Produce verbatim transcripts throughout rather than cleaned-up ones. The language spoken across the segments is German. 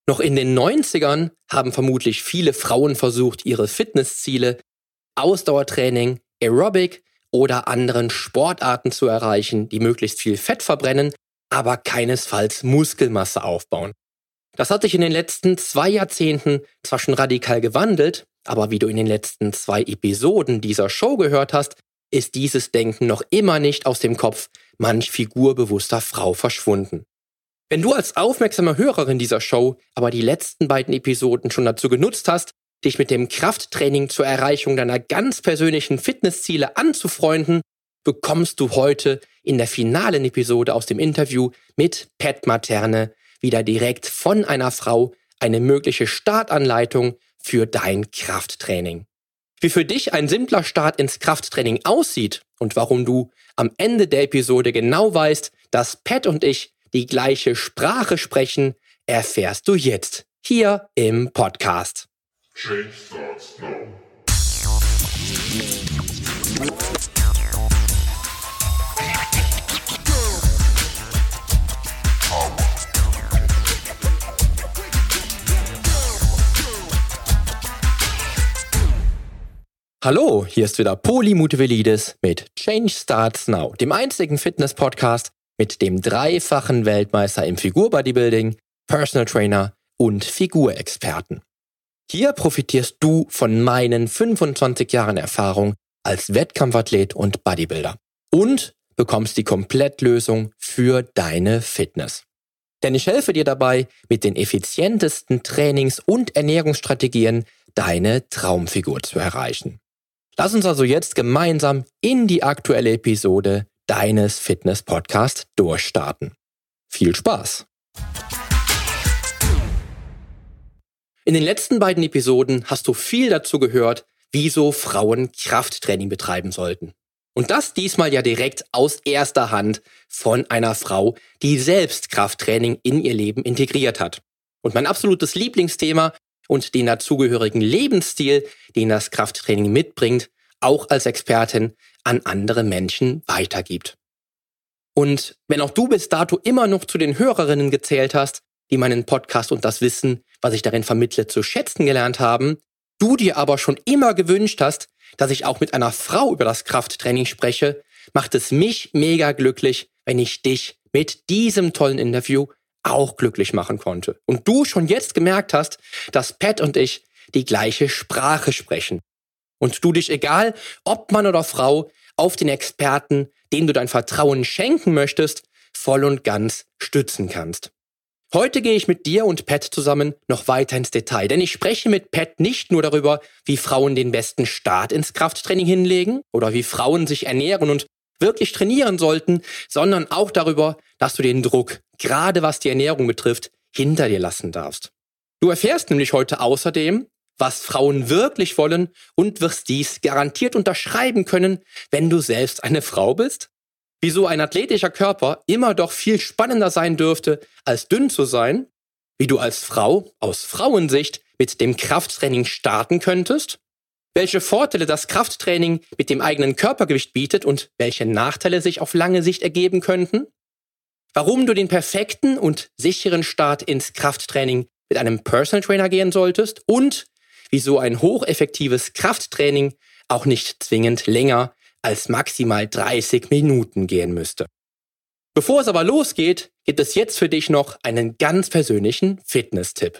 Noch in den neunzigern haben vermutlich viele Frauen versucht, ihre Fitnessziele, Ausdauertraining, Aerobic oder anderen Sportarten zu erreichen, die möglichst viel Fett verbrennen, aber keinesfalls Muskelmasse aufbauen. Das hat sich in den letzten zwei Jahrzehnten zwar schon radikal gewandelt, aber wie du in den letzten zwei Episoden dieser Show gehört hast, ist dieses Denken noch immer nicht aus dem Kopf manch figurbewusster Frau verschwunden. Wenn du als aufmerksame Hörerin dieser Show aber die letzten beiden Episoden schon dazu genutzt hast, dich mit dem Krafttraining zur Erreichung deiner ganz persönlichen Fitnessziele anzufreunden, bekommst du heute in der finalen Episode aus dem Interview mit Pat Materne wieder direkt von einer Frau eine mögliche Startanleitung für dein Krafttraining. Wie für dich ein simpler Start ins Krafttraining aussieht und warum du am Ende der Episode genau weißt, dass Pat und ich die gleiche Sprache sprechen, erfährst du jetzt hier im Podcast. Change starts now. Hallo, hier ist wieder Poli Mutevelidis mit Change Starts Now, dem einzigen Fitness-Podcast mit dem dreifachen Weltmeister im Figur-Bodybuilding, Personal Trainer und Figurexperten. Hier profitierst du von meinen fünfundzwanzig Jahren Erfahrung als Wettkampfathlet und Bodybuilder und bekommst die Komplettlösung für deine Fitness. Denn ich helfe dir dabei, mit den effizientesten Trainings- und Ernährungsstrategien deine Traumfigur zu erreichen. Lass uns also jetzt gemeinsam in die aktuelle Episode deines Fitness-Podcasts durchstarten. Viel Spaß! In den letzten beiden Episoden hast du viel dazu gehört, wieso Frauen Krafttraining betreiben sollten. Und das diesmal ja direkt aus erster Hand von einer Frau, die selbst Krafttraining in ihr Leben integriert hat. Und mein absolutes Lieblingsthema und den dazugehörigen Lebensstil, den das Krafttraining mitbringt, auch als Expertin an andere Menschen weitergibt. Und wenn auch du bis dato immer noch zu den Hörerinnen gezählt hast, die meinen Podcast und das Wissen, was ich darin vermittle, zu schätzen gelernt haben, du dir aber schon immer gewünscht hast, dass ich auch mit einer Frau über das Krafttraining spreche, macht es mich mega glücklich, wenn ich dich mit diesem tollen Interview auch glücklich machen konnte. Und du schon jetzt gemerkt hast, dass Pat und ich die gleiche Sprache sprechen. Und du dich, egal ob Mann oder Frau, auf den Experten, dem du dein Vertrauen schenken möchtest, voll und ganz stützen kannst. Heute gehe ich mit dir und Pat zusammen noch weiter ins Detail, denn ich spreche mit Pat nicht nur darüber, wie Frauen den besten Start ins Krafttraining hinlegen oder wie Frauen sich ernähren und wirklich trainieren sollten, sondern auch darüber, dass du den Druck, gerade was die Ernährung betrifft, hinter dir lassen darfst. Du erfährst nämlich heute außerdem, was Frauen wirklich wollen und wirst dies garantiert unterschreiben können, wenn du selbst eine Frau bist. Wieso ein athletischer Körper immer doch viel spannender sein dürfte, als dünn zu sein, wie du als Frau aus Frauensicht mit dem Krafttraining starten könntest, welche Vorteile das Krafttraining mit dem eigenen Körpergewicht bietet und welche Nachteile sich auf lange Sicht ergeben könnten, warum du den perfekten und sicheren Start ins Krafttraining mit einem Personal Trainer gehen solltest und wieso ein hocheffektives Krafttraining auch nicht zwingend länger als maximal dreißig Minuten gehen müsste. Bevor es aber losgeht, gibt es jetzt für dich noch einen ganz persönlichen Fitness-Tipp.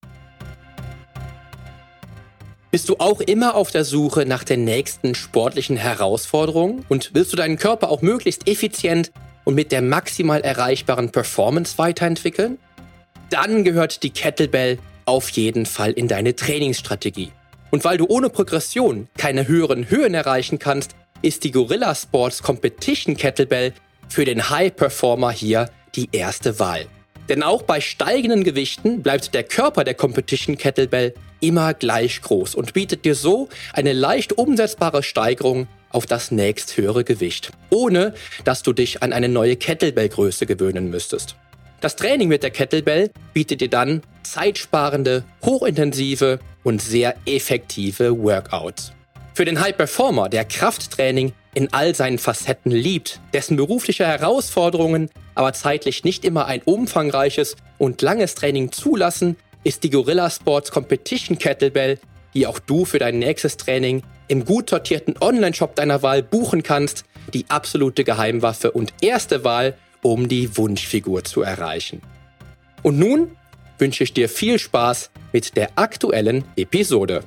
Bist du auch immer auf der Suche nach der nächsten sportlichen Herausforderung und willst du deinen Körper auch möglichst effizient und mit der maximal erreichbaren Performance weiterentwickeln? Dann gehört die Kettlebell auf jeden Fall in deine Trainingsstrategie. Und weil du ohne Progression keine höheren Höhen erreichen kannst, ist die Gorilla Sports Competition Kettlebell für den High Performer hier die erste Wahl. Denn auch bei steigenden Gewichten bleibt der Körper der Competition Kettlebell immer gleich groß und bietet dir so eine leicht umsetzbare Steigerung auf das nächsthöhere Gewicht, ohne dass du dich an eine neue Kettlebell-Größe gewöhnen müsstest. Das Training mit der Kettlebell bietet dir dann zeitsparende, hochintensive und sehr effektive Workouts. Für den High Performer, der Krafttraining in all seinen Facetten liebt, dessen berufliche Herausforderungen aber zeitlich nicht immer ein umfangreiches und langes Training zulassen, ist die Gorilla Sports Competition Kettlebell, die auch du für dein nächstes Training im gut sortierten Online-Shop deiner Wahl buchen kannst, die absolute Geheimwaffe und erste Wahl, um die Wunschfigur zu erreichen. Und nun wünsche ich dir viel Spaß mit der aktuellen Episode.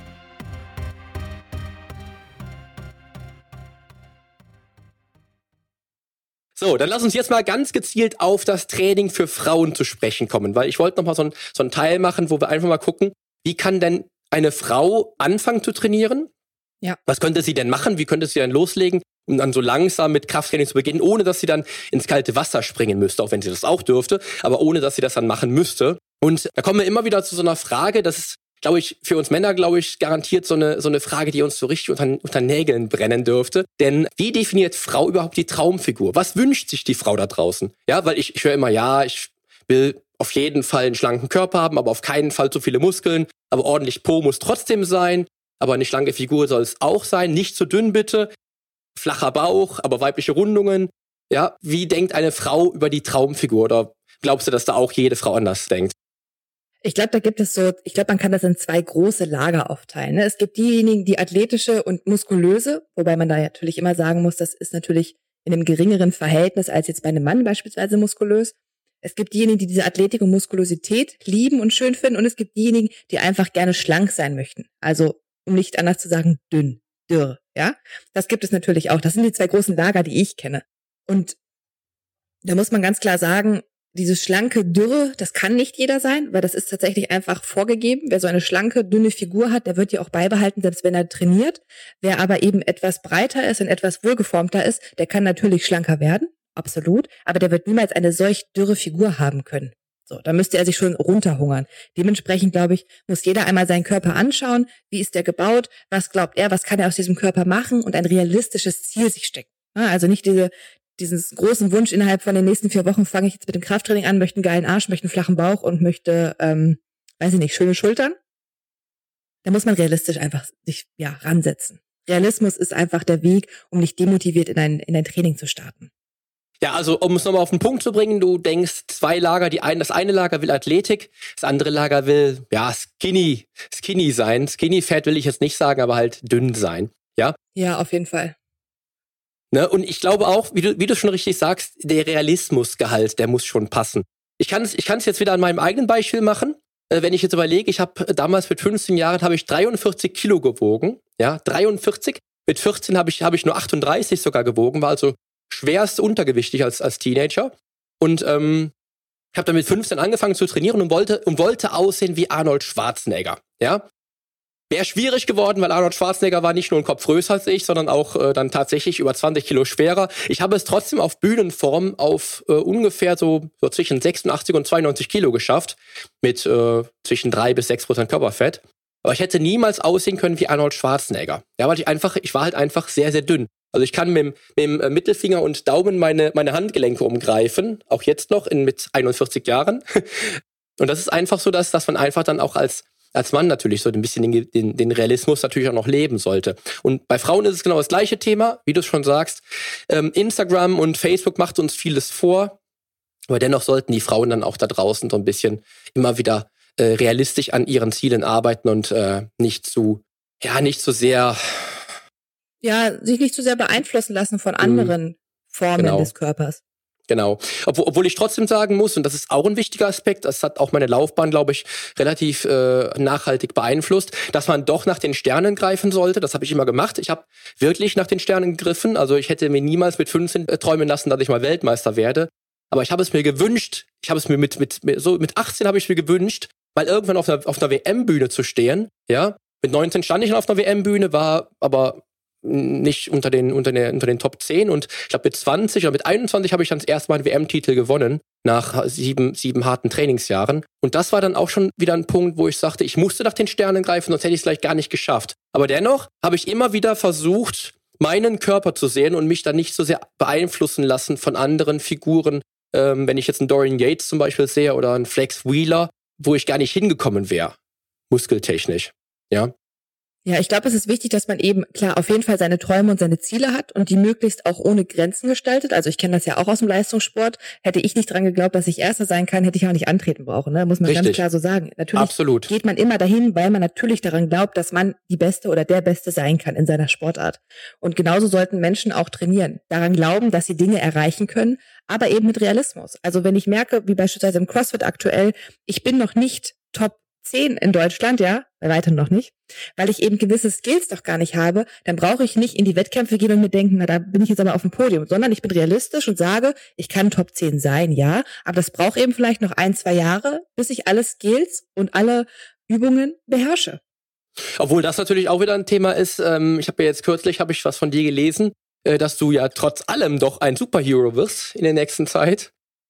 So, dann lass uns jetzt mal ganz gezielt auf das Training für Frauen zu sprechen kommen, weil ich wollte noch mal so, ein, so einen Teil machen, wo wir einfach mal gucken, wie kann denn eine Frau anfangen zu trainieren? Ja. Was könnte sie denn machen? Wie könnte sie denn loslegen, um dann so langsam mit Krafttraining zu beginnen, ohne dass sie dann ins kalte Wasser springen müsste, auch wenn sie das auch dürfte, aber ohne dass sie das dann machen müsste. Und da kommen wir immer wieder zu so einer Frage, das ist, glaube ich, für uns Männer, glaube ich, garantiert so eine so eine Frage, die uns so richtig unter, unter Nägeln brennen dürfte. Denn wie definiert Frau überhaupt die Traumfigur? Was wünscht sich die Frau da draußen? Ja, weil ich, ich höre immer, ja, ich will auf jeden Fall einen schlanken Körper haben, aber auf keinen Fall zu viele Muskeln. Aber ordentlich Po muss trotzdem sein. Aber eine schlanke Figur soll es auch sein. Nicht zu dünn bitte. Flacher Bauch, aber weibliche Rundungen. Ja, wie denkt eine Frau über die Traumfigur? Oder glaubst du, dass da auch jede Frau anders denkt? Ich glaube, da gibt es so, ich glaube, man kann das in zwei große Lager aufteilen. Ne? Es gibt diejenigen, die athletische und muskulöse, wobei man da natürlich immer sagen muss, das ist natürlich in einem geringeren Verhältnis als jetzt bei einem Mann beispielsweise muskulös. Es gibt diejenigen, die diese Athletik und Muskulosität lieben und schön finden, und es gibt diejenigen, die einfach gerne schlank sein möchten. Also, um nicht anders zu sagen, dünn, dürr, ja? Das gibt es natürlich auch. Das sind die zwei großen Lager, die ich kenne. Und da muss man ganz klar sagen, diese schlanke Dürre, das kann nicht jeder sein, weil das ist tatsächlich einfach vorgegeben. Wer so eine schlanke, dünne Figur hat, der wird die auch beibehalten, selbst wenn er trainiert. Wer aber eben etwas breiter ist und etwas wohlgeformter ist, der kann natürlich schlanker werden, absolut, aber der wird niemals eine solch dürre Figur haben können. So, da müsste er sich schon runterhungern. Dementsprechend, glaube ich, muss jeder einmal seinen Körper anschauen. Wie ist der gebaut? Was glaubt er? Was kann er aus diesem Körper machen? Und ein realistisches Ziel sich stecken. Also nicht diese diesen großen Wunsch, innerhalb von den nächsten vier Wochen fange ich jetzt mit dem Krafttraining an, möchte einen geilen Arsch, möchte einen flachen Bauch und möchte, ähm, weiß ich nicht, schöne Schultern. Da muss man realistisch einfach sich ja ransetzen. Realismus ist einfach der Weg, um nicht demotiviert in ein, in ein Training zu starten. Ja, also um es nochmal auf den Punkt zu bringen, du denkst, zwei Lager, die ein, das eine Lager will Athletik, das andere Lager will, ja, skinny, skinny sein. Skinny fat will ich jetzt nicht sagen, aber halt dünn sein, ja? Ja, auf jeden Fall. Ne? Und ich glaube auch, wie du, wie du schon richtig sagst, der Realismusgehalt, der muss schon passen. Ich kann es ich kann's jetzt wieder an meinem eigenen Beispiel machen. Äh, wenn ich jetzt überlege, ich habe damals mit fünfzehn Jahren habe ich dreiundvierzig Kilo gewogen. Ja, dreiundvierzig. Mit vierzehn habe ich, hab ich nur achtunddreißig sogar gewogen, war also schwerst untergewichtig als, als Teenager. Und ähm, ich habe dann mit fünfzehn angefangen zu trainieren und wollte, und wollte aussehen wie Arnold Schwarzenegger. Ja. Wäre schwierig geworden, weil Arnold Schwarzenegger war nicht nur ein Kopf größer als ich, sondern auch äh, dann tatsächlich über zwanzig Kilo schwerer. Ich habe es trotzdem auf Bühnenform auf äh, ungefähr so, so zwischen sechsundachtzig und zweiundneunzig Kilo geschafft, mit äh, zwischen drei bis sechs Prozent Körperfett. Aber ich hätte niemals aussehen können wie Arnold Schwarzenegger. Ja, weil ich einfach, ich war halt einfach sehr, sehr dünn. Also ich kann mit, dem- mit dem äh, Mittelfinger und Daumen meine, meine Handgelenke umgreifen, auch jetzt noch in, mit einundvierzig Jahren. Und das ist einfach so, dass, dass man einfach dann auch als als Mann natürlich so ein bisschen den, den, den Realismus natürlich auch noch leben sollte. Und bei Frauen ist es genau das gleiche Thema, wie du es schon sagst. Ähm, Instagram und Facebook macht uns vieles vor, aber dennoch sollten die Frauen dann auch da draußen so ein bisschen immer wieder äh, realistisch an ihren Zielen arbeiten und äh, nicht zu, ja, nicht zu sehr. Ja, sich nicht zu sehr beeinflussen lassen von anderen Formen Genau. des Körpers. Genau. Obwohl, obwohl ich trotzdem sagen muss, und das ist auch ein wichtiger Aspekt, das hat auch meine Laufbahn, glaube ich, relativ äh, nachhaltig beeinflusst, dass man doch nach den Sternen greifen sollte. Das habe ich immer gemacht. Ich habe wirklich nach den Sternen gegriffen. Also ich hätte mir niemals mit fünfzehn äh, träumen lassen, dass ich mal Weltmeister werde. Aber ich habe es mir gewünscht. Ich habe es mir mit mit mit- so mit achtzehn habe ich mir gewünscht, mal irgendwann auf einer auf einer W M-Bühne zu stehen. Ja. Mit neunzehn stand ich auf einer W M-Bühne, war aber nicht unter den, unter den, unter den Top zehn, und ich glaube mit zwanzig oder mit einundzwanzig habe ich dann das erste Mal einen W M-Titel gewonnen, nach sieben, sieben harten Trainingsjahren. Und das war dann auch schon wieder ein Punkt, wo ich sagte, ich musste nach den Sternen greifen, sonst hätte ich es vielleicht gar nicht geschafft. Aber dennoch habe ich immer wieder versucht, meinen Körper zu sehen und mich dann nicht so sehr beeinflussen lassen von anderen Figuren. Ähm, wenn ich jetzt einen Dorian Yates zum Beispiel sehe oder einen Flex Wheeler, wo ich gar nicht hingekommen wäre, muskeltechnisch. Ja. Ja, ich glaube, es ist wichtig, dass man eben, klar, auf jeden Fall seine Träume und seine Ziele hat und die möglichst auch ohne Grenzen gestaltet. Also ich kenne das ja auch aus dem Leistungssport. Hätte ich nicht dran geglaubt, dass ich Erster sein kann, hätte ich auch nicht antreten brauchen. Ne? Muss man Richtig. ganz klar so sagen. Natürlich Absolut. geht man immer dahin, weil man natürlich daran glaubt, dass man die Beste oder der Beste sein kann in seiner Sportart. Und genauso sollten Menschen auch trainieren. Daran glauben, dass sie Dinge erreichen können, aber eben mit Realismus. Also wenn ich merke, wie beispielsweise im CrossFit aktuell, ich bin noch nicht Top zehn in Deutschland, ja, bei weitem noch nicht, weil ich eben gewisse Skills doch gar nicht habe, dann brauche ich nicht in die Wettkämpfe gehen und mir denken, na, da bin ich jetzt aber auf dem Podium, sondern ich bin realistisch und sage, ich kann Top zehn sein, ja, aber das braucht eben vielleicht noch ein, zwei Jahre, bis ich alle Skills und alle Übungen beherrsche. Obwohl das natürlich auch wieder ein Thema ist, ähm, ich habe ja jetzt kürzlich, habe ich was von dir gelesen, äh, dass du ja trotz allem doch ein Superhero wirst in der nächsten Zeit.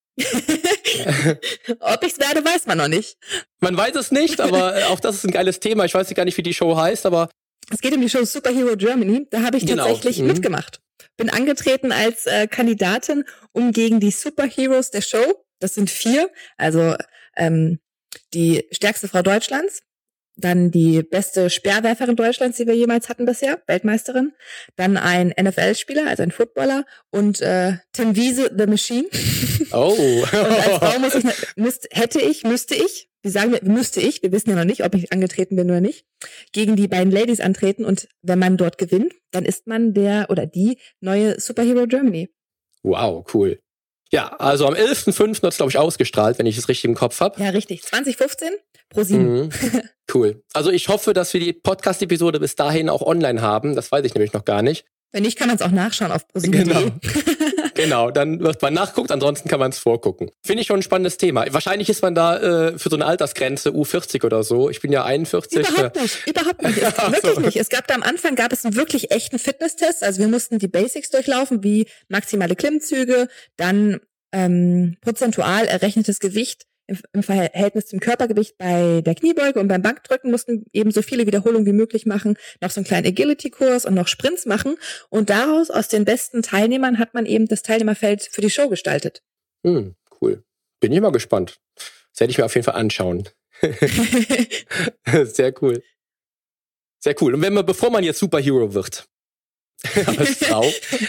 Ob ich's werde, weiß man noch nicht. Man weiß es nicht, aber auch das ist ein geiles Thema. Ich weiß gar nicht, wie die Show heißt, aber... Es geht um die Show Superhero Germany. Da habe ich genau. tatsächlich mhm. mitgemacht. Bin angetreten als äh, Kandidatin, um gegen die Superheroes der Show, das sind vier, also ähm, die stärkste Frau Deutschlands, dann die beste Speerwerferin Deutschlands, die wir jemals hatten bisher, Weltmeisterin, dann ein N F L-Spieler, also ein Footballer und äh, Tim Wiese, The Machine. Oh. Und als Frau muss ich, müsste, hätte ich, müsste ich, wie sagen wir, müsste ich, wir wissen ja noch nicht, ob ich angetreten bin oder nicht, gegen die beiden Ladies antreten und wenn man dort gewinnt, dann ist man der oder die neue Superhero Germany. Wow, cool. Ja, also am elften fünften wird es, glaube ich, ausgestrahlt, wenn ich es richtig im Kopf habe. Ja, richtig. zwanzig fünfzehn pro sieben. Mhm. Cool. Also ich hoffe, dass wir die Podcast-Episode bis dahin auch online haben. Das weiß ich nämlich noch gar nicht. Wenn nicht, kann man es auch nachschauen auf pro sieben punkt de. Genau. Genau, dann wird man nachguckt, ansonsten kann man es vorgucken. Finde ich schon ein spannendes Thema. Wahrscheinlich ist man da äh, für so eine Altersgrenze U vierzig oder so. Ich bin ja einundvierzig. Überhaupt nicht, überhaupt nicht. Es, Ach wirklich so. nicht. Es gab da am Anfang, gab es einen wirklich echten Fitnesstest. Also wir mussten die Basics durchlaufen, wie maximale Klimmzüge, dann ähm, prozentual errechnetes Gewicht im, im Verhältnis zum Körpergewicht bei der Kniebeuge und beim Bankdrücken, mussten eben so viele Wiederholungen wie möglich machen, noch so einen kleinen Agility-Kurs und noch Sprints machen und daraus, aus den besten Teilnehmern, hat man eben das Teilnehmerfeld für die Show gestaltet. Hm, cool. Bin ich mal gespannt. Das werde ich mir auf jeden Fall anschauen. Sehr cool. Sehr cool. Und wenn man, bevor man jetzt Superhero wird, als Frau,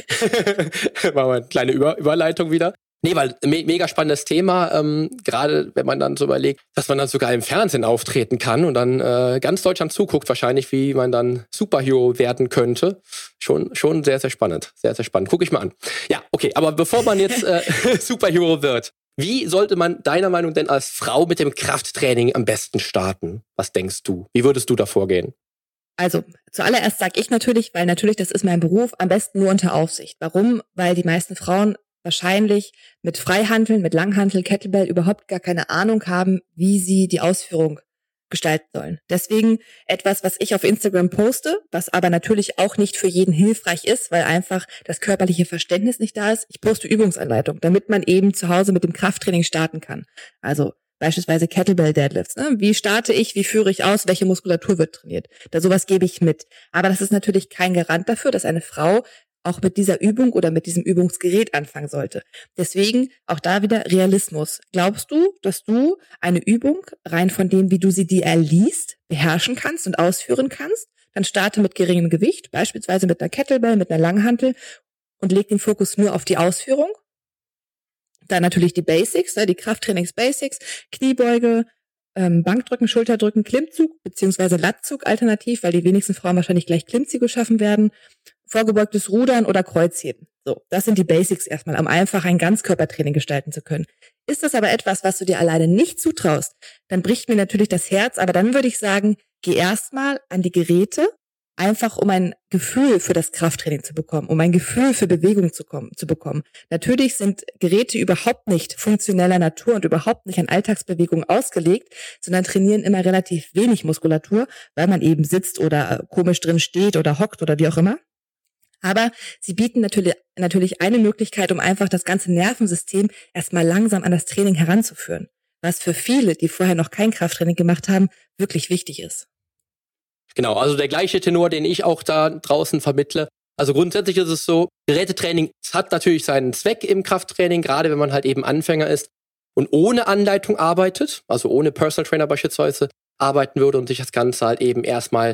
machen wir eine kleine Über- Überleitung wieder. Nee, weil me- mega spannendes Thema, ähm, gerade wenn man dann so überlegt, dass man dann sogar im Fernsehen auftreten kann und dann äh, ganz Deutschland zuguckt wahrscheinlich, wie man dann Superhero werden könnte. Schon schon sehr, sehr spannend. Sehr, sehr spannend. Guck ich mal an. Ja, okay, aber bevor man jetzt äh, Superhero wird, wie sollte man deiner Meinung denn als Frau mit dem Krafttraining am besten starten? Was denkst du? Wie würdest du da vorgehen? Also zuallererst sage ich natürlich, weil natürlich das ist mein Beruf, am besten nur unter Aufsicht. Warum? Weil die meisten Frauen wahrscheinlich mit Freihanteln, mit Langhantel, Kettlebell überhaupt gar keine Ahnung haben, wie sie die Ausführung gestalten sollen. Deswegen etwas, was ich auf Instagram poste, was aber natürlich auch nicht für jeden hilfreich ist, weil einfach das körperliche Verständnis nicht da ist. Ich poste Übungsanleitung, damit man eben zu Hause mit dem Krafttraining starten kann. Also beispielsweise Kettlebell Deadlifts. Ne? Wie starte ich, wie führe ich aus, welche Muskulatur wird trainiert? Da sowas gebe ich mit. Aber das ist natürlich kein Garant dafür, dass eine Frau auch mit dieser Übung oder mit diesem Übungsgerät anfangen sollte. Deswegen auch da wieder Realismus. Glaubst du, dass du eine Übung rein von dem, wie du sie dir erliest, beherrschen kannst und ausführen kannst? Dann starte mit geringem Gewicht, beispielsweise mit einer Kettlebell, mit einer Langhantel und leg den Fokus nur auf die Ausführung. Dann natürlich die Basics, die Krafttrainings-Basics, Kniebeuge, ähm, Bankdrücken, Schulterdrücken, Klimmzug beziehungsweise Lattzug alternativ, weil die wenigsten Frauen wahrscheinlich gleich Klimmzüge schaffen werden, vorgebeugtes Rudern oder Kreuzheben. So, das sind die Basics erstmal, um einfach ein Ganzkörpertraining gestalten zu können. Ist das aber etwas, was du dir alleine nicht zutraust, dann bricht mir natürlich das Herz, aber dann würde ich sagen, geh erstmal an die Geräte, einfach um ein Gefühl für das Krafttraining zu bekommen, um ein Gefühl für Bewegung zu, kommen, zu bekommen. Natürlich sind Geräte überhaupt nicht funktioneller Natur und überhaupt nicht an Alltagsbewegung ausgelegt, sondern trainieren immer relativ wenig Muskulatur, weil man eben sitzt oder komisch drin steht oder hockt oder wie auch immer. Aber sie bieten natürlich, natürlich eine Möglichkeit, um einfach das ganze Nervensystem erstmal langsam an das Training heranzuführen, was für viele, die vorher noch kein Krafttraining gemacht haben, wirklich wichtig ist. Genau, also der gleiche Tenor, den ich auch da draußen vermittle. Also grundsätzlich ist es so, Gerätetraining hat natürlich seinen Zweck im Krafttraining, gerade wenn man halt eben Anfänger ist und ohne Anleitung arbeitet, also ohne Personal Trainer beispielsweise arbeiten würde und sich das Ganze halt eben erstmal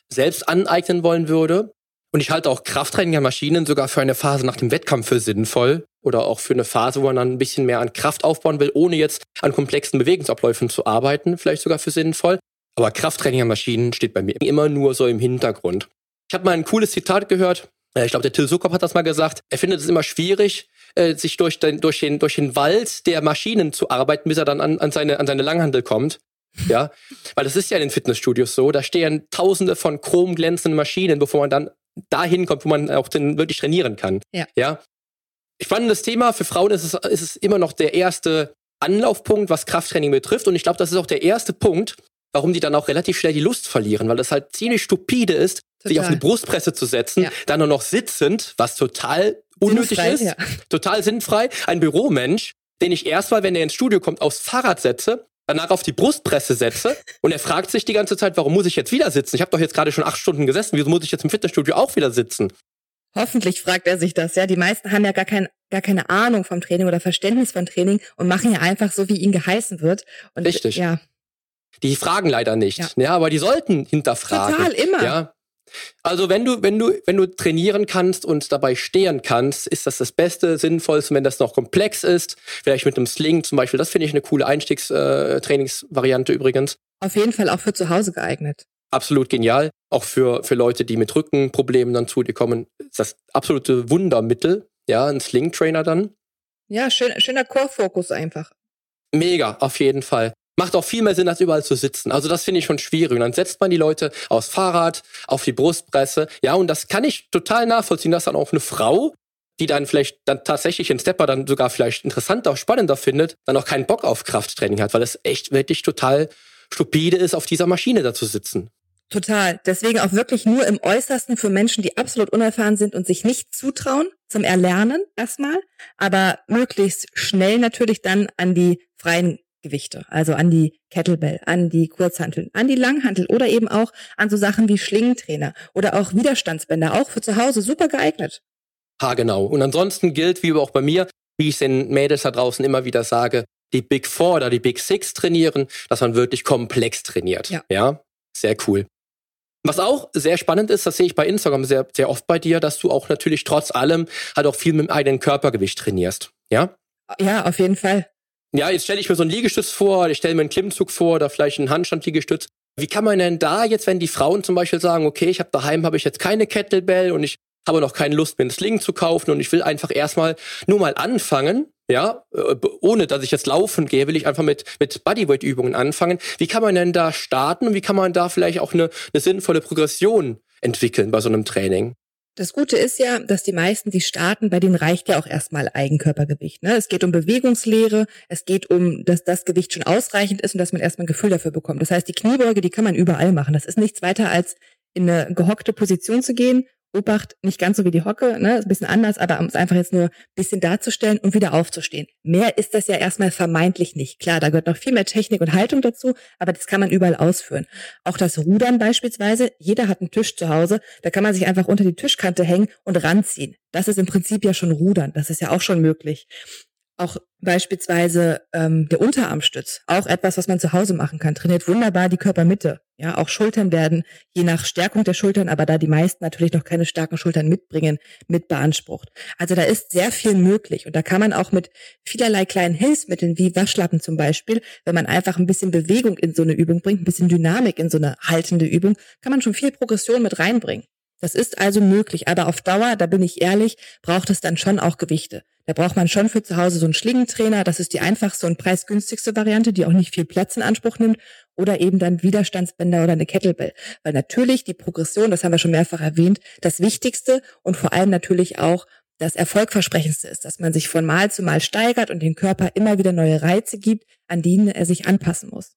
selbst aneignen wollen würde. Und ich halte auch Krafttraining an Maschinen sogar für eine Phase nach dem Wettkampf für sinnvoll oder auch für eine Phase, wo man dann ein bisschen mehr an Kraft aufbauen will, ohne jetzt an komplexen Bewegungsabläufen zu arbeiten, vielleicht sogar für sinnvoll. Aber Krafttraining an Maschinen steht bei mir immer nur so im Hintergrund. Ich habe mal ein cooles Zitat gehört. Ich glaube, der Till Sukop hat das mal gesagt. Er findet es immer schwierig, sich durch den, durch den, durch den Wald der Maschinen zu arbeiten, bis er dann an, an, seine, an seine Langhantel kommt. Ja, weil das ist ja in den Fitnessstudios so. Da stehen tausende von chromglänzenden Maschinen, bevor man dann dahin kommt, wo man auch den wirklich trainieren kann. Ja. Ja. Spannendes Thema. Für Frauen ist es, ist es immer noch der erste Anlaufpunkt, was Krafttraining betrifft. Und ich glaube, das ist auch der erste Punkt, warum die dann auch relativ schnell die Lust verlieren, weil das halt ziemlich stupide ist, total. Sich auf eine Brustpresse zu setzen, ja. Dann nur noch sitzend, was total unnötig sinnfrei, ist, ja. Total sinnfrei. Ein Büromensch, den ich erstmal, wenn er ins Studio kommt, aufs Fahrrad setze, danach auf die Brustpresse setze und er fragt sich die ganze Zeit, warum muss ich jetzt wieder sitzen? Ich habe doch jetzt gerade schon acht Stunden gesessen, wieso muss ich jetzt im Fitnessstudio auch wieder sitzen? Hoffentlich fragt er sich das, ja. Die meisten haben ja gar, kein, gar keine Ahnung vom Training oder Verständnis von Training und machen ja einfach so, wie ihnen geheißen wird. Und richtig. Ja. Die fragen leider nicht, ja. Ja, aber die sollten hinterfragen. Total, immer. Ja. Also wenn du, wenn du, wenn du trainieren kannst und dabei stehen kannst, ist das das Beste, Sinnvollste, wenn das noch komplex ist. Vielleicht mit einem Sling zum Beispiel. Das finde ich eine coole Einstiegstrainingsvariante übrigens. Auf jeden Fall auch für zu Hause geeignet. Absolut genial. Auch für, für Leute, die mit Rückenproblemen dann zu dir kommen. Ist das absolute Wundermittel. Ja, ein Sling-Trainer dann. Ja, schön, schöner Core-Fokus einfach. Mega, auf jeden Fall. Macht auch viel mehr Sinn, als überall zu sitzen. Also das finde ich schon schwierig. Und dann setzt man die Leute aufs Fahrrad, auf die Brustpresse. Ja, und das kann ich total nachvollziehen, dass dann auch eine Frau, die dann vielleicht dann tatsächlich den Stepper dann sogar vielleicht interessanter, spannender findet, dann auch keinen Bock auf Krafttraining hat, weil es echt wirklich total stupide ist, auf dieser Maschine da zu sitzen. Total. Deswegen auch wirklich nur im Äußersten für Menschen, die absolut unerfahren sind und sich nicht zutrauen zum Erlernen erstmal, aber möglichst schnell natürlich dann an die freien Gewichte, also an die Kettlebell, an die Kurzhanteln, an die Langhantel oder eben auch an so Sachen wie Schlingentrainer oder auch Widerstandsbänder, auch für zu Hause super geeignet. Ha, genau. Und ansonsten gilt, wie auch bei mir, wie ich es den Mädels da draußen immer wieder sage, die Big Four oder die Big Six trainieren, dass man wirklich komplex trainiert. Ja, ja? Sehr cool. Was auch sehr spannend ist, das sehe ich bei Instagram sehr, sehr oft bei dir, dass du auch natürlich trotz allem halt auch viel mit dem eigenen Körpergewicht trainierst. Ja? Ja, auf jeden Fall. Ja, jetzt stelle ich mir so einen Liegestütz vor, ich stelle mir einen Klimmzug vor oder vielleicht einen Handstand-Liegestütz. Wie kann man denn da jetzt, wenn die Frauen zum Beispiel sagen, okay, ich habe daheim habe ich jetzt keine Kettlebell und ich habe noch keine Lust, mir einen Sling zu kaufen und ich will einfach erstmal nur mal anfangen, ja, ohne dass ich jetzt laufen gehe, will ich einfach mit mit Bodyweight-Übungen anfangen. Wie kann man denn da starten und wie kann man da vielleicht auch eine, eine sinnvolle Progression entwickeln bei so einem Training? Das Gute ist ja, dass die meisten, die starten, bei denen reicht ja auch erstmal Eigenkörpergewicht. Ne? Es geht um Bewegungslehre, es geht um, dass das Gewicht schon ausreichend ist und dass man erstmal ein Gefühl dafür bekommt. Das heißt, die Kniebeuge, die kann man überall machen. Das ist nichts weiter als in eine gehockte Position zu gehen. Obacht, nicht ganz so wie die Hocke, ne, ist ein bisschen anders, aber um es einfach jetzt nur ein bisschen darzustellen und wieder aufzustehen. Mehr ist das ja erstmal vermeintlich nicht. Klar, da gehört noch viel mehr Technik und Haltung dazu, aber das kann man überall ausführen. Auch das Rudern beispielsweise, jeder hat einen Tisch zu Hause, da kann man sich einfach unter die Tischkante hängen und ranziehen. Das ist im Prinzip ja schon Rudern, das ist ja auch schon möglich. Auch beispielsweise ähm, der Unterarmstütz, auch etwas, was man zu Hause machen kann, trainiert wunderbar die Körpermitte. Ja, auch Schultern werden je nach Stärkung der Schultern, aber da die meisten natürlich noch keine starken Schultern mitbringen, mit beansprucht. Also da ist sehr viel möglich und da kann man auch mit vielerlei kleinen Hilfsmitteln wie Waschlappen zum Beispiel, wenn man einfach ein bisschen Bewegung in so eine Übung bringt, ein bisschen Dynamik in so eine haltende Übung, kann man schon viel Progression mit reinbringen. Das ist also möglich, aber auf Dauer, da bin ich ehrlich, braucht es dann schon auch Gewichte. Da braucht man schon für zu Hause so einen Schlingentrainer, das ist die einfachste und preisgünstigste Variante, die auch nicht viel Platz in Anspruch nimmt, oder eben dann Widerstandsbänder oder eine Kettlebell. Weil natürlich die Progression, das haben wir schon mehrfach erwähnt, das Wichtigste und vor allem natürlich auch das Erfolgversprechendste ist, dass man sich von Mal zu Mal steigert und dem Körper immer wieder neue Reize gibt, an denen er sich anpassen muss.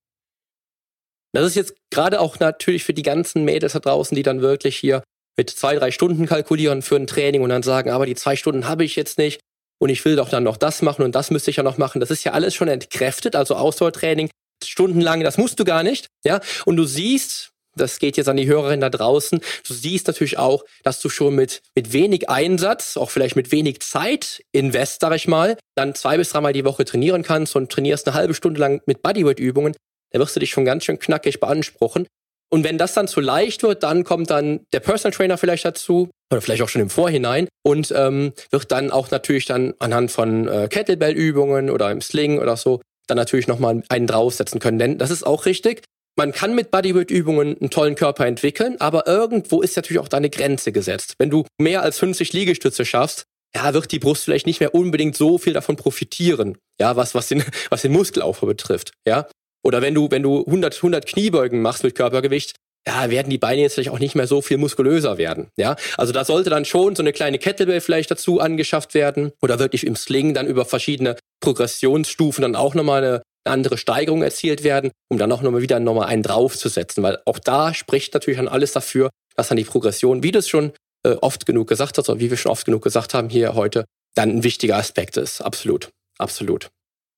Das ist jetzt gerade auch natürlich für die ganzen Mädels da draußen, die dann wirklich hier mit zwei, drei Stunden kalkulieren für ein Training und dann sagen, aber die zwei Stunden habe ich jetzt nicht und ich will doch dann noch das machen und das müsste ich ja noch machen. Das ist ja alles schon entkräftet, also Ausdauertraining stundenlang, das musst du gar nicht. Ja. Und du siehst, das geht jetzt an die Hörerin da draußen, du siehst natürlich auch, dass du schon mit mit wenig Einsatz, auch vielleicht mit wenig Zeit, invest, sag ich mal, dann zwei bis dreimal die Woche trainieren kannst und trainierst eine halbe Stunde lang mit Bodyweight-Übungen. Da wirst du dich schon ganz schön knackig beanspruchen. Und wenn das dann zu leicht wird, dann kommt dann der Personal Trainer vielleicht dazu oder vielleicht auch schon im Vorhinein und ähm, wird dann auch natürlich dann anhand von äh, Kettlebell-Übungen oder im Sling oder so dann natürlich nochmal einen draufsetzen können. Denn das ist auch richtig. Man kann mit Bodyweight-Übungen einen tollen Körper entwickeln, aber irgendwo ist natürlich auch deine Grenze gesetzt. Wenn du mehr als fünfzig Liegestütze schaffst, ja, wird die Brust vielleicht nicht mehr unbedingt so viel davon profitieren, ja, was, was den, was den Muskelaufbau betrifft, ja. Oder wenn du, wenn du hundert, hundert Kniebeugen machst mit Körpergewicht, ja, werden die Beine jetzt vielleicht auch nicht mehr so viel muskulöser werden, ja. Also da sollte dann schon so eine kleine Kettlebell vielleicht dazu angeschafft werden oder wirklich im Sling dann über verschiedene Progressionsstufen dann auch nochmal eine, eine andere Steigerung erzielt werden, um dann auch nochmal wieder nochmal einen draufzusetzen, weil auch da spricht natürlich dann alles dafür, dass dann die Progression, wie du es schon äh, oft genug gesagt hast, oder wie wir schon oft genug gesagt haben hier heute, dann ein wichtiger Aspekt ist. Absolut, absolut.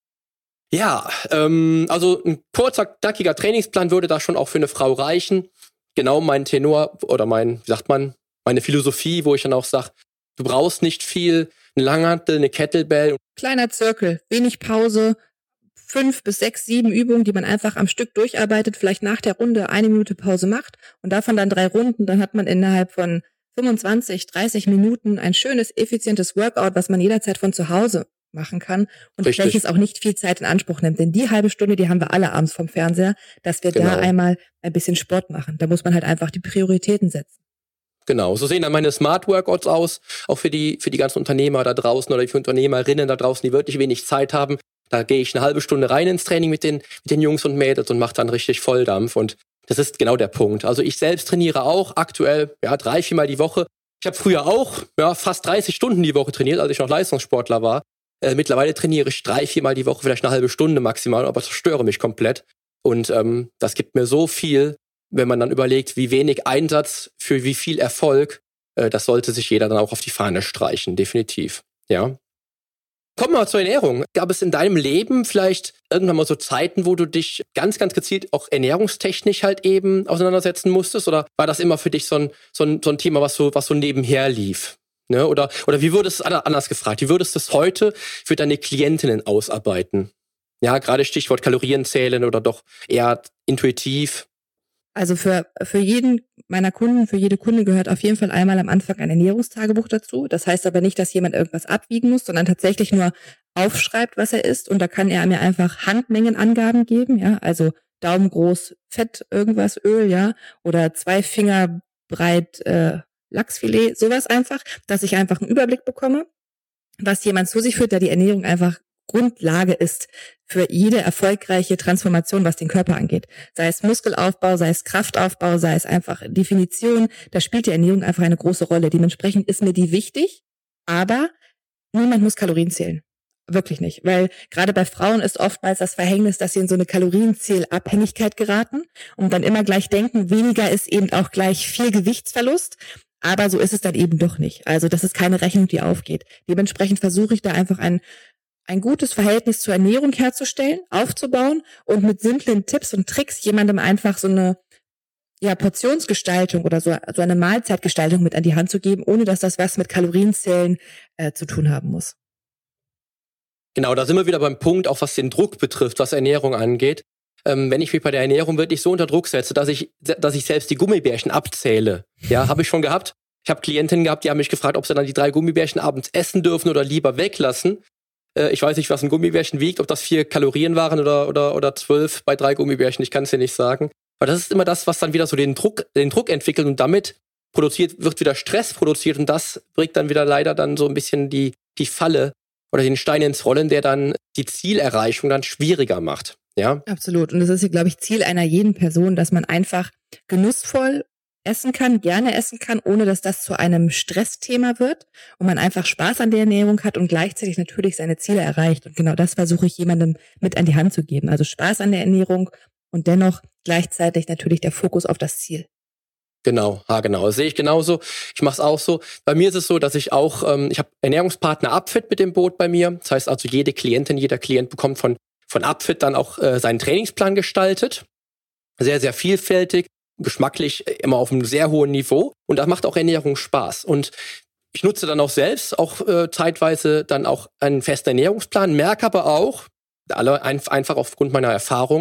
Ja, ähm, also ein kurzer, knackiger Trainingsplan würde da schon auch für eine Frau reichen. Genau mein Tenor oder mein, wie sagt man, meine Philosophie, wo ich dann auch sage, du brauchst nicht viel, eine Langhantel, eine Kettlebell. Kleiner Zirkel, wenig Pause, fünf bis sechs, sieben Übungen, die man einfach am Stück durcharbeitet, vielleicht nach der Runde eine Minute Pause macht und davon dann drei Runden, dann hat man innerhalb von fünfundzwanzig, dreißig Minuten ein schönes, effizientes Workout, was man jederzeit von zu Hause machen kann und Richtig. welches auch nicht viel Zeit in Anspruch nimmt. Denn die halbe Stunde, die haben wir alle abends vom Fernseher, dass wir Genau. da einmal ein bisschen Sport machen. Da muss man halt einfach die Prioritäten setzen. Genau, so sehen dann meine Smart Workouts aus, auch für die, für die ganzen Unternehmer da draußen oder für Unternehmerinnen da draußen, die wirklich wenig Zeit haben. Da gehe ich eine halbe Stunde rein ins Training mit den, mit den Jungs und Mädels und mache dann richtig Volldampf und das ist genau der Punkt. Also ich selbst trainiere auch aktuell ja drei, viermal die Woche. Ich habe früher auch ja fast dreißig Stunden die Woche trainiert, als ich noch Leistungssportler war. Äh, mittlerweile trainiere ich drei, viermal die Woche, vielleicht eine halbe Stunde maximal, aber zerstöre mich komplett. Und ähm, das gibt mir so viel, wenn man dann überlegt, wie wenig Einsatz für wie viel Erfolg, äh, das sollte sich jeder dann auch auf die Fahne streichen, definitiv. Ja. Kommen wir mal zur Ernährung. Gab es in deinem Leben vielleicht irgendwann mal so Zeiten, wo du dich ganz, ganz gezielt auch ernährungstechnisch halt eben auseinandersetzen musstest? Oder war das immer für dich so ein, so ein, so ein Thema, was so, was so nebenher lief? Ne? Oder, oder wie würdest du es anders gefragt? Wie würdest du es heute für deine Klientinnen ausarbeiten? Ja, gerade Stichwort Kalorien zählen oder doch eher intuitiv. Also für, für jeden meiner Kunden, für jede Kunde gehört auf jeden Fall einmal am Anfang ein Ernährungstagebuch dazu. Das heißt aber nicht, dass jemand irgendwas abwiegen muss, sondern tatsächlich nur aufschreibt, was er isst. Und da kann er mir einfach Handmengenangaben geben, ja, also Daumen groß Fett, irgendwas, Öl, ja, oder zwei Finger breit äh, Lachsfilet, sowas einfach, dass ich einfach einen Überblick bekomme, was jemand zu sich führt, da die Ernährung einfach Grundlage ist für jede erfolgreiche Transformation, was den Körper angeht. Sei es Muskelaufbau, sei es Kraftaufbau, sei es einfach Definition, da spielt die Ernährung einfach eine große Rolle. Dementsprechend ist mir die wichtig, aber niemand muss Kalorien zählen. Wirklich nicht, weil gerade bei Frauen ist oftmals das Verhängnis, dass sie in so eine Kalorienzählabhängigkeit geraten und dann immer gleich denken, weniger ist eben auch gleich viel Gewichtsverlust. Aber so ist es dann eben doch nicht. Also das ist keine Rechnung, die aufgeht. Dementsprechend versuche ich da einfach ein ein gutes Verhältnis zur Ernährung herzustellen, aufzubauen und mit simplen Tipps und Tricks jemandem einfach so eine ja, Portionsgestaltung oder so, so eine Mahlzeitgestaltung mit an die Hand zu geben, ohne dass das was mit Kalorienzählen äh, zu tun haben muss. Genau, da sind wir wieder beim Punkt, auch was den Druck betrifft, was Ernährung angeht. Ähm, wenn ich mich bei der Ernährung wirklich so unter Druck setze, dass ich, dass ich selbst die Gummibärchen abzähle, ja, habe ich schon gehabt. Ich habe Klientinnen gehabt, die haben mich gefragt, ob sie dann die drei Gummibärchen abends essen dürfen oder lieber weglassen. Ich weiß nicht, was ein Gummibärchen wiegt, ob das vier Kalorien waren oder, oder, oder zwölf bei drei Gummibärchen, ich kann es dir nicht sagen. Aber das ist immer das, was dann wieder so den Druck, den Druck entwickelt und damit produziert, wird wieder Stress produziert und das bringt dann wieder leider dann so ein bisschen die, die Falle oder den Stein ins Rollen, der dann die Zielerreichung dann schwieriger macht. Ja? Absolut. Und das ist ja, glaube ich, Ziel einer jeden Person, dass man einfach genussvoll essen kann, gerne essen kann, ohne dass das zu einem Stressthema wird und man einfach Spaß an der Ernährung hat und gleichzeitig natürlich seine Ziele erreicht. Und genau das versuche ich jemandem mit an die Hand zu geben. Also Spaß an der Ernährung und dennoch gleichzeitig natürlich der Fokus auf das Ziel. Genau, ja genau. Das sehe ich genauso. Ich mache es auch so. Bei mir ist es so, dass ich auch, ähm, ich habe Ernährungspartner Upfit mit dem Boot bei mir. Das heißt also, jede Klientin, jeder Klient bekommt von, von Upfit dann auch äh, seinen Trainingsplan gestaltet. Sehr, sehr vielfältig. Geschmacklich immer auf einem sehr hohen Niveau und das macht auch Ernährung Spaß. Und ich nutze dann auch selbst auch äh, zeitweise dann auch einen festen Ernährungsplan, merke aber auch, alle ein, einfach aufgrund meiner Erfahrung,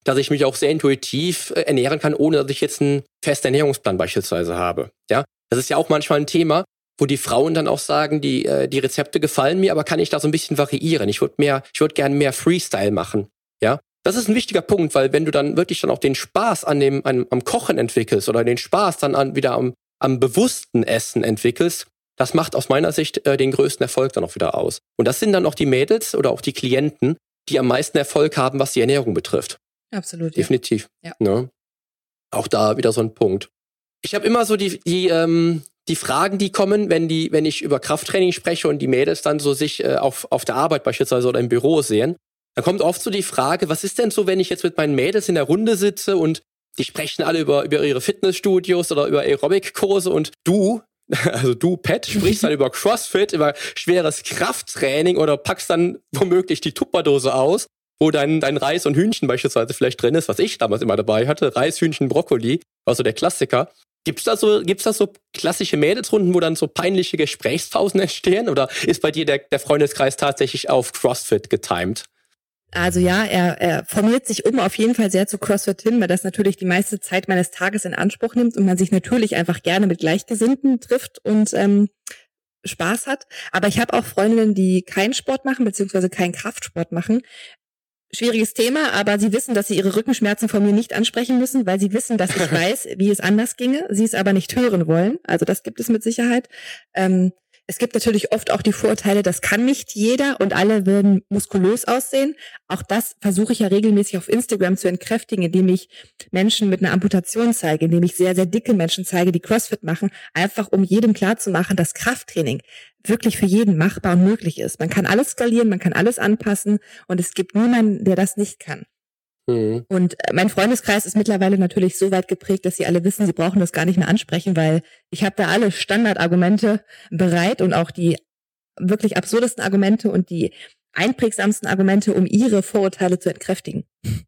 dass ich mich auch sehr intuitiv äh, ernähren kann, ohne dass ich jetzt einen festen Ernährungsplan beispielsweise habe. Ja, das ist ja auch manchmal ein Thema, wo die Frauen dann auch sagen, die äh, die Rezepte gefallen mir, aber kann ich da so ein bisschen variieren? Ich würde mehr, ich würde gerne mehr Freestyle machen. Ja, das ist ein wichtiger Punkt, weil wenn du dann wirklich dann auch den Spaß an dem an, am Kochen entwickelst oder den Spaß dann an, wieder am, am bewussten Essen entwickelst, das macht aus meiner Sicht äh, den größten Erfolg dann auch wieder aus. Und das sind dann auch die Mädels oder auch die Klienten, die am meisten Erfolg haben, was die Ernährung betrifft. Absolut. Definitiv. Ja. Ne? Auch da wieder so ein Punkt. Ich habe immer so die, die, ähm, die Fragen, die kommen, wenn die, wenn ich über Krafttraining spreche und die Mädels dann so sich äh, auf, auf der Arbeit beispielsweise oder im Büro sehen. Dann kommt oft so die Frage, was ist denn so, wenn ich jetzt mit meinen Mädels in der Runde sitze und die sprechen alle über, über ihre Fitnessstudios oder über Aerobic-Kurse und du, also du, Pat, sprichst dann über CrossFit, über schweres Krafttraining oder packst dann womöglich die Tupperdose aus, wo dein, dein Reis und Hühnchen beispielsweise vielleicht drin ist, was ich damals immer dabei hatte. Reis, Hühnchen, Brokkoli, war so der Klassiker. Gibt's da so, gibt's da so klassische Mädelsrunden, wo dann so peinliche Gesprächspausen entstehen? Oder ist bei dir der, der Freundeskreis tatsächlich auf CrossFit getimed? Also ja, er, er formiert sich um auf jeden Fall sehr zu CrossFit hin, weil das natürlich die meiste Zeit meines Tages in Anspruch nimmt und man sich natürlich einfach gerne mit Gleichgesinnten trifft und ähm, Spaß hat. Aber ich habe auch Freundinnen, die keinen Sport machen, beziehungsweise keinen Kraftsport machen. Schwieriges Thema, aber sie wissen, dass sie ihre Rückenschmerzen von mir nicht ansprechen müssen, weil sie wissen, dass ich weiß, wie es anders ginge, sie es aber nicht hören wollen. Also das gibt es mit Sicherheit. Ähm, Es gibt natürlich oft auch die Vorurteile, das kann nicht jeder und alle würden muskulös aussehen. Auch das versuche ich ja regelmäßig auf Instagram zu entkräftigen, indem ich Menschen mit einer Amputation zeige, indem ich sehr, sehr dicke Menschen zeige, die CrossFit machen, einfach um jedem klarzumachen, dass Krafttraining wirklich für jeden machbar und möglich ist. Man kann alles skalieren, man kann alles anpassen und es gibt niemanden, der das nicht kann. Und mein Freundeskreis ist mittlerweile natürlich so weit geprägt, dass sie alle wissen, sie brauchen das gar nicht mehr ansprechen, weil ich habe da alle Standardargumente bereit und auch die wirklich absurdesten Argumente und die einprägsamsten Argumente, um ihre Vorurteile zu entkräftigen.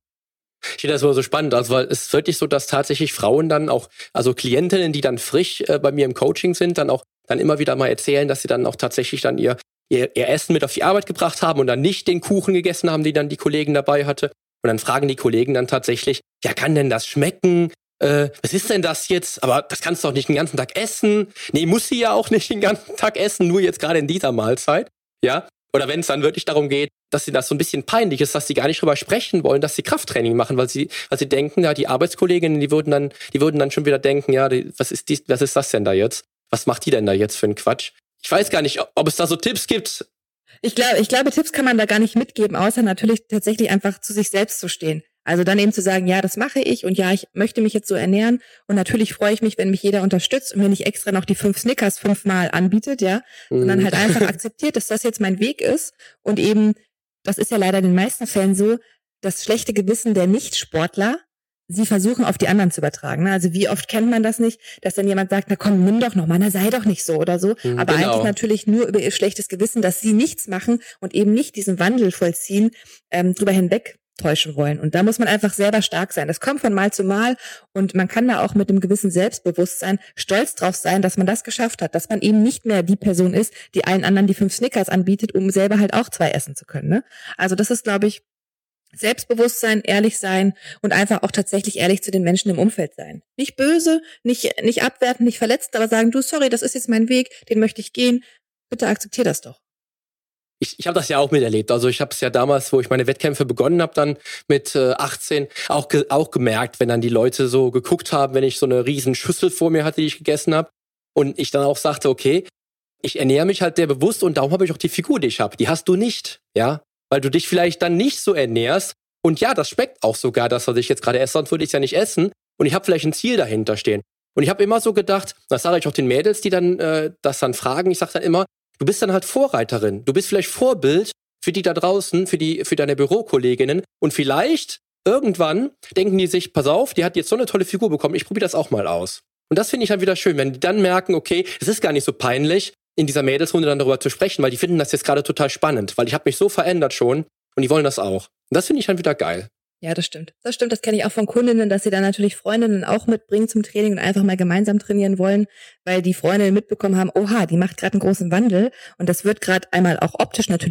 Ich finde das immer so spannend, also weil es ist wirklich so, dass tatsächlich Frauen dann auch, also Klientinnen, die dann frisch äh, bei mir im Coaching sind, dann auch dann immer wieder mal erzählen, dass sie dann auch tatsächlich dann ihr, ihr, ihr Essen mit auf die Arbeit gebracht haben und dann nicht den Kuchen gegessen haben, die dann die Kollegen dabei hatte. Und dann fragen die Kollegen dann tatsächlich, ja, kann denn das schmecken? Äh, was ist denn das jetzt? Aber das kannst du doch nicht den ganzen Tag essen. Nee, muss sie ja auch nicht den ganzen Tag essen, nur jetzt gerade in dieser Mahlzeit. Ja? Oder wenn es dann wirklich darum geht, dass sie das so ein bisschen peinlich ist, dass sie gar nicht drüber sprechen wollen, dass sie Krafttraining machen, weil sie, weil sie denken, ja, die Arbeitskolleginnen, die würden dann, die würden dann schon wieder denken, ja, die, was ist dies, was ist das denn da jetzt? Was macht die denn da jetzt für einen Quatsch? Ich weiß gar nicht, ob, ob es da so Tipps gibt. Ich glaube, ich glaube, Tipps kann man da gar nicht mitgeben, außer natürlich tatsächlich einfach zu sich selbst zu stehen. Also dann eben zu sagen, ja, das mache ich und ja, ich möchte mich jetzt so ernähren und natürlich freue ich mich, wenn mich jeder unterstützt und wenn ich extra noch die fünf Snickers fünfmal anbietet, ja, Mhm. sondern halt einfach akzeptiert, dass das jetzt mein Weg ist und eben, das ist ja leider in den meisten Fällen so, das schlechte Gewissen der Nichtsportler, sie versuchen auf die anderen zu übertragen. Ne? Also wie oft kennt man das nicht, dass dann jemand sagt, na komm, nimm doch noch mal, na sei doch nicht so oder so. Mhm, Aber genau. eigentlich natürlich nur über ihr schlechtes Gewissen, dass sie nichts machen und eben nicht diesen Wandel vollziehen, ähm, drüber hinweg täuschen wollen. Und da muss man einfach selber stark sein. Das kommt von Mal zu Mal und man kann da auch mit einem gewissen Selbstbewusstsein stolz drauf sein, dass man das geschafft hat, dass man eben nicht mehr die Person ist, die allen anderen die fünf Snickers anbietet, um selber halt auch zwei essen zu können. Ne? Also das ist, glaube ich, Selbstbewusstsein, ehrlich sein und einfach auch tatsächlich ehrlich zu den Menschen im Umfeld sein. Nicht böse, nicht nicht abwertend, nicht verletzt, aber sagen, du, sorry, das ist jetzt mein Weg, den möchte ich gehen. Bitte akzeptier das doch. Ich, ich habe das ja auch miterlebt. Also ich habe es ja damals, wo ich meine Wettkämpfe begonnen habe, dann mit äh, achtzehn, auch, ge auch gemerkt, wenn dann die Leute so geguckt haben, wenn ich so eine riesen Schüssel vor mir hatte, die ich gegessen habe. Und ich dann auch sagte, okay, ich ernähre mich halt sehr bewusst und darum habe ich auch die Figur, die ich habe. Die hast du nicht, ja, weil du dich vielleicht dann nicht so ernährst. Und ja, das schmeckt auch sogar, das, was ich jetzt gerade esse, sonst würde ich es ja nicht essen. Und ich habe vielleicht ein Ziel dahinter stehen. Und ich habe immer so gedacht, das sage ich auch den Mädels, die dann äh, das dann fragen, ich sage dann immer, du bist dann halt Vorreiterin. Du bist vielleicht Vorbild für die da draußen, für die, für deine Bürokolleginnen. Und vielleicht irgendwann denken die sich, pass auf, die hat jetzt so eine tolle Figur bekommen, ich probiere das auch mal aus. Und das finde ich halt wieder schön, wenn die dann merken, okay, es ist gar nicht so peinlich, in dieser Mädelsrunde dann darüber zu sprechen, weil die finden das jetzt gerade total spannend, weil ich habe mich so verändert schon und die wollen das auch. Und das finde ich dann wieder geil. Ja, das stimmt. Das stimmt, das kenne ich auch von Kundinnen, dass sie dann natürlich Freundinnen auch mitbringen zum Training und einfach mal gemeinsam trainieren wollen, weil die Freundinnen mitbekommen haben, oha, die macht gerade einen großen Wandel und das wird gerade einmal auch optisch natürlich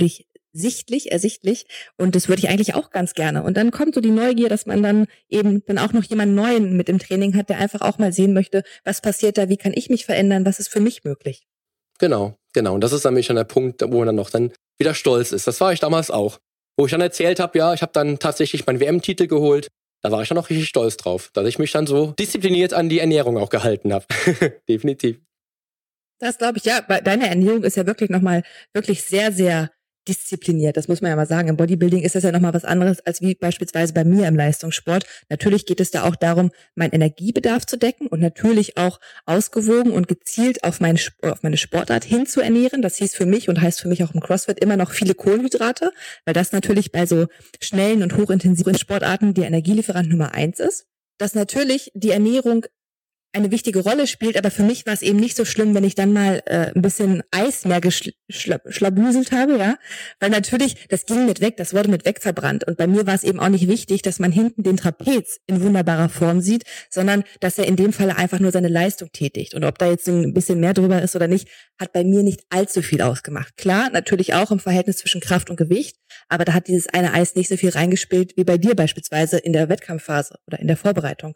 sichtlich, ersichtlich und das würde ich eigentlich auch ganz gerne. Und dann kommt so die Neugier, dass man dann eben dann auch noch jemanden Neuen mit im Training hat, der einfach auch mal sehen möchte, was passiert da, wie kann ich mich verändern, was ist für mich möglich. Genau, genau. Und das ist nämlich schon der Punkt, wo man dann noch dann wieder stolz ist. Das war ich damals auch. Wo ich dann erzählt habe, ja, ich habe dann tatsächlich meinen W M-Titel geholt. Da war ich dann auch richtig stolz drauf, dass ich mich dann so diszipliniert an die Ernährung auch gehalten habe. Definitiv. Das glaube ich, ja. Deine Ernährung ist ja wirklich nochmal wirklich sehr, sehr diszipliniert. Das muss man ja mal sagen. Im Bodybuilding ist das ja nochmal was anderes als wie beispielsweise bei mir im Leistungssport. Natürlich geht es da auch darum, meinen Energiebedarf zu decken und natürlich auch ausgewogen und gezielt auf meine, auf meine Sportart hin zu ernähren. Das hieß für mich und heißt für mich auch im CrossFit immer noch viele Kohlenhydrate, weil das natürlich bei so schnellen und hochintensiven Sportarten der Energielieferant Nummer eins ist. Dass natürlich die Ernährung eine wichtige Rolle spielt, aber für mich war es eben nicht so schlimm, wenn ich dann mal äh, ein bisschen Eis mehr geschlabüselt habe, ja, weil natürlich, das ging mit weg, das wurde mit weg verbrannt und bei mir war es eben auch nicht wichtig, dass man hinten den Trapez in wunderbarer Form sieht, sondern dass er in dem Falle einfach nur seine Leistung tätigt und ob da jetzt ein bisschen mehr drüber ist oder nicht, hat bei mir nicht allzu viel ausgemacht. Klar, natürlich auch im Verhältnis zwischen Kraft und Gewicht, aber da hat dieses eine Eis nicht so viel reingespielt wie bei dir beispielsweise in der Wettkampfphase oder in der Vorbereitung.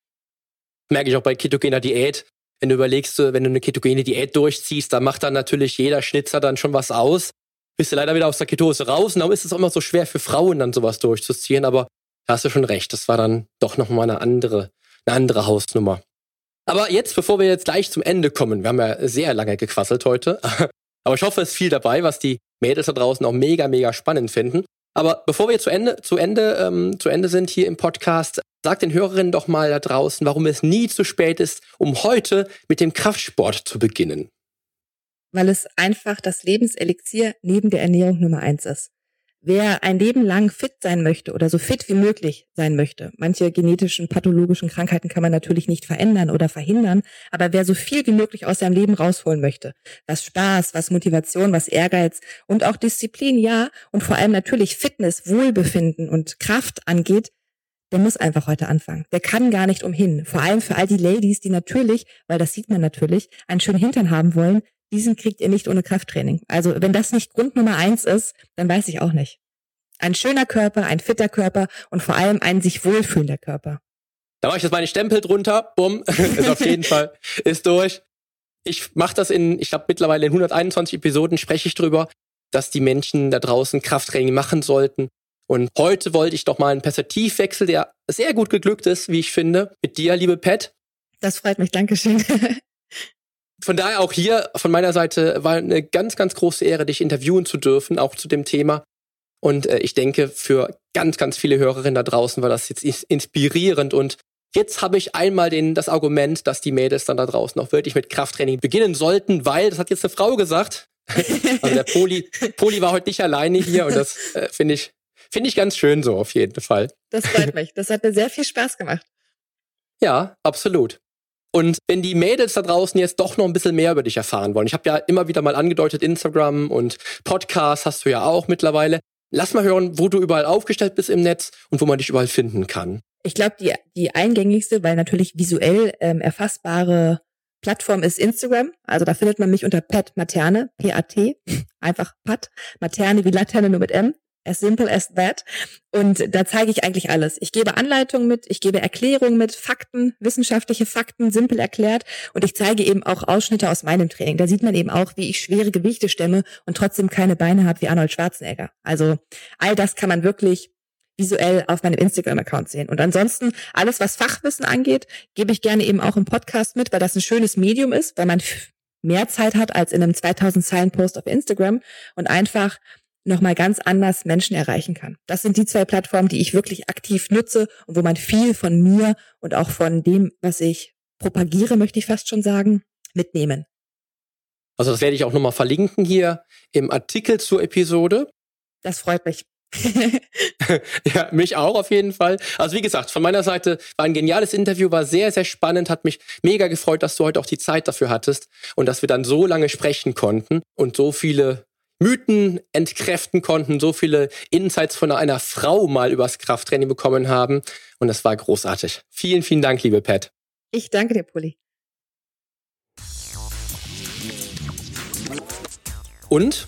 Merke ich auch bei ketogener Diät. Wenn du überlegst, wenn du eine ketogene Diät durchziehst, dann macht dann natürlich jeder Schnitzer dann schon was aus. Bist du leider wieder aus der Ketose raus. Und darum ist es auch immer so schwer für Frauen dann sowas durchzuziehen. Aber da hast du schon recht. Das war dann doch nochmal eine andere, eine andere Hausnummer. Aber jetzt, bevor wir jetzt gleich zum Ende kommen, wir haben ja sehr lange gequasselt heute. Aber ich hoffe, es ist viel dabei, was die Mädels da draußen auch mega, mega spannend finden. Aber bevor wir zu Ende, zu Ende, ähm, zu Ende sind hier im Podcast, sag den Hörerinnen doch mal da draußen, warum es nie zu spät ist, um heute mit dem Kraftsport zu beginnen. Weil es einfach das Lebenselixier neben der Ernährung Nummer eins ist. Wer ein Leben lang fit sein möchte oder so fit wie möglich sein möchte, manche genetischen, pathologischen Krankheiten kann man natürlich nicht verändern oder verhindern, aber wer so viel wie möglich aus seinem Leben rausholen möchte, was Spaß, was Motivation, was Ehrgeiz und auch Disziplin, ja, und vor allem natürlich Fitness, Wohlbefinden und Kraft angeht, der muss einfach heute anfangen. Der kann gar nicht umhin. Vor allem für all die Ladies, die natürlich, weil das sieht man natürlich, einen schönen Hintern haben wollen, diesen kriegt ihr nicht ohne Krafttraining. Also wenn das nicht Grund Nummer eins ist, dann weiß ich auch nicht. Ein schöner Körper, ein fitter Körper und vor allem ein sich wohlfühlender Körper. Da mache ich jetzt meine Stempel drunter. Bumm, ist auf jeden Fall, ist durch. Ich mache das in, ich glaube mittlerweile in hunderteinundzwanzig Episoden spreche ich drüber, dass die Menschen da draußen Krafttraining machen sollten. Und heute wollte ich doch mal einen Perspektivwechsel, der sehr gut geglückt ist, wie ich finde, mit dir, liebe Pat. Das freut mich, Dankeschön. Von daher auch hier von meiner Seite war eine ganz, ganz große Ehre, dich interviewen zu dürfen, auch zu dem Thema. Und äh, ich denke, für ganz, ganz viele Hörerinnen da draußen war das jetzt inspirierend. Und jetzt habe ich einmal den, das Argument, dass die Mädels dann da draußen auch wirklich mit Krafttraining beginnen sollten, weil, das hat jetzt eine Frau gesagt, also der Poli, Poli war heute nicht alleine hier und das äh, finde ich, finde ich ganz schön so auf jeden Fall. Das freut mich. Das hat mir sehr viel Spaß gemacht. Ja, absolut. Und wenn die Mädels da draußen jetzt doch noch ein bisschen mehr über dich erfahren wollen, ich habe ja immer wieder mal angedeutet, Instagram und Podcast hast du ja auch mittlerweile. Lass mal hören, wo du überall aufgestellt bist im Netz und wo man dich überall finden kann. Ich glaube, die die eingängigste, weil natürlich visuell ähm, erfassbare Plattform ist Instagram. Also da findet man mich unter Pat Materne, P A T, einfach Pat, Materne wie Laterne nur mit M. As simple as that. Und da zeige ich eigentlich alles. Ich gebe Anleitungen mit, ich gebe Erklärungen mit, Fakten, wissenschaftliche Fakten, simpel erklärt. Und ich zeige eben auch Ausschnitte aus meinem Training. Da sieht man eben auch, wie ich schwere Gewichte stemme und trotzdem keine Beine habe wie Arnold Schwarzenegger. Also all das kann man wirklich visuell auf meinem Instagram-Account sehen. Und ansonsten, alles, was Fachwissen angeht, gebe ich gerne eben auch im Podcast mit, weil das ein schönes Medium ist, weil man mehr Zeit hat als in einem zweitausend Zeilen Post auf Instagram und einfach nochmal ganz anders Menschen erreichen kann. Das sind die zwei Plattformen, die ich wirklich aktiv nutze und wo man viel von mir und auch von dem, was ich propagiere, möchte ich fast schon sagen, mitnehmen. Also das werde ich auch nochmal verlinken hier im Artikel zur Episode. Das freut mich. Ja, mich auch auf jeden Fall. Also wie gesagt, von meiner Seite war ein geniales Interview, war sehr, sehr spannend, hat mich mega gefreut, dass du heute auch die Zeit dafür hattest und dass wir dann so lange sprechen konnten und so viele Mythen entkräften konnten, so viele Insights von einer Frau mal übers Krafttraining bekommen haben. Und das war großartig. Vielen, vielen Dank, liebe Pat. Ich danke dir, Pulli. Und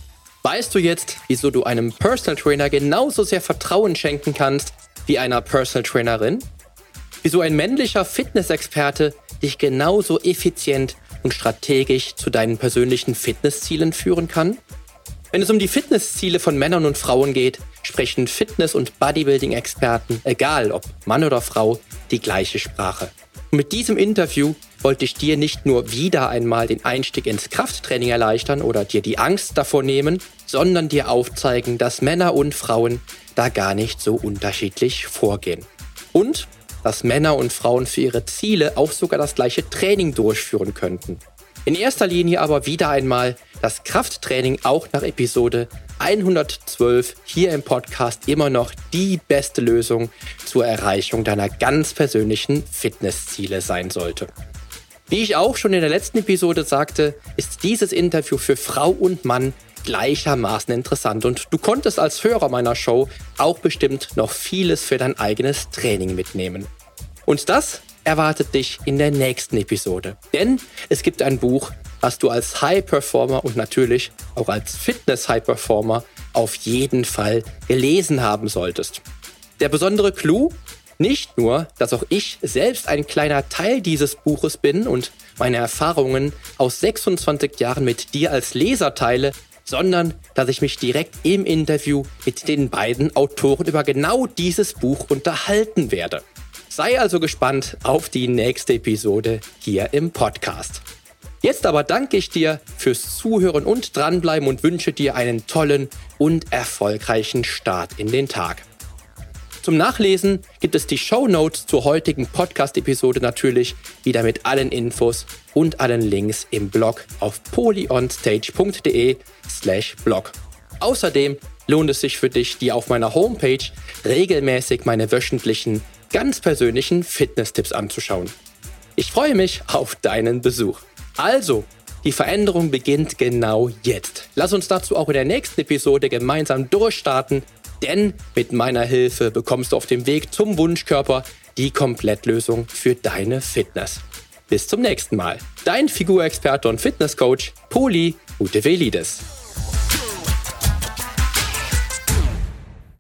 Weißt du jetzt, wieso du einem Personal Trainer genauso sehr Vertrauen schenken kannst wie einer Personal Trainerin? Wieso ein männlicher Fitnessexperte dich genauso effizient und strategisch zu deinen persönlichen Fitnesszielen führen kann? Wenn es um die Fitnessziele von Männern und Frauen geht, sprechen Fitness- und Bodybuilding-Experten, egal ob Mann oder Frau, die gleiche Sprache. Und mit diesem Interview wollte ich dir nicht nur wieder einmal den Einstieg ins Krafttraining erleichtern oder dir die Angst davor nehmen, sondern dir aufzeigen, dass Männer und Frauen da gar nicht so unterschiedlich vorgehen. Und dass Männer und Frauen für ihre Ziele auch sogar das gleiche Training durchführen könnten. In erster Linie aber wieder einmal, dass Krafttraining auch nach Episode hundertzwölf hier im Podcast immer noch die beste Lösung zur Erreichung deiner ganz persönlichen Fitnessziele sein sollte. Wie ich auch schon in der letzten Episode sagte, ist dieses Interview für Frau und Mann gleichermaßen interessant und du konntest als Hörer meiner Show auch bestimmt noch vieles für dein eigenes Training mitnehmen. Und das erwartet dich in der nächsten Episode, denn es gibt ein Buch, was du als High Performer und natürlich auch als Fitness High Performer auf jeden Fall gelesen haben solltest. Der besondere Clou? Nicht nur, dass auch ich selbst ein kleiner Teil dieses Buches bin und meine Erfahrungen aus sechsundzwanzig Jahren mit dir als Leser teile, sondern dass ich mich direkt im Interview mit den beiden Autoren über genau dieses Buch unterhalten werde. Sei also gespannt auf die nächste Episode hier im Podcast. Jetzt aber danke ich dir fürs Zuhören und Dranbleiben und wünsche dir einen tollen und erfolgreichen Start in den Tag. Zum Nachlesen gibt es die Shownotes zur heutigen Podcast-Episode natürlich wieder mit allen Infos und allen Links im Blog auf polyonstage.de slash blog. Außerdem lohnt es sich für dich, dir auf meiner Homepage regelmäßig meine wöchentlichen, ganz persönlichen Fitness-Tipps anzuschauen. Ich freue mich auf deinen Besuch. Also, die Veränderung beginnt genau jetzt. Lass uns dazu auch in der nächsten Episode gemeinsam durchstarten, denn mit meiner Hilfe bekommst du auf dem Weg zum Wunschkörper die Komplettlösung für deine Fitness. Bis zum nächsten Mal. Dein Figurexperte und Fitnesscoach Poli Utevelidis.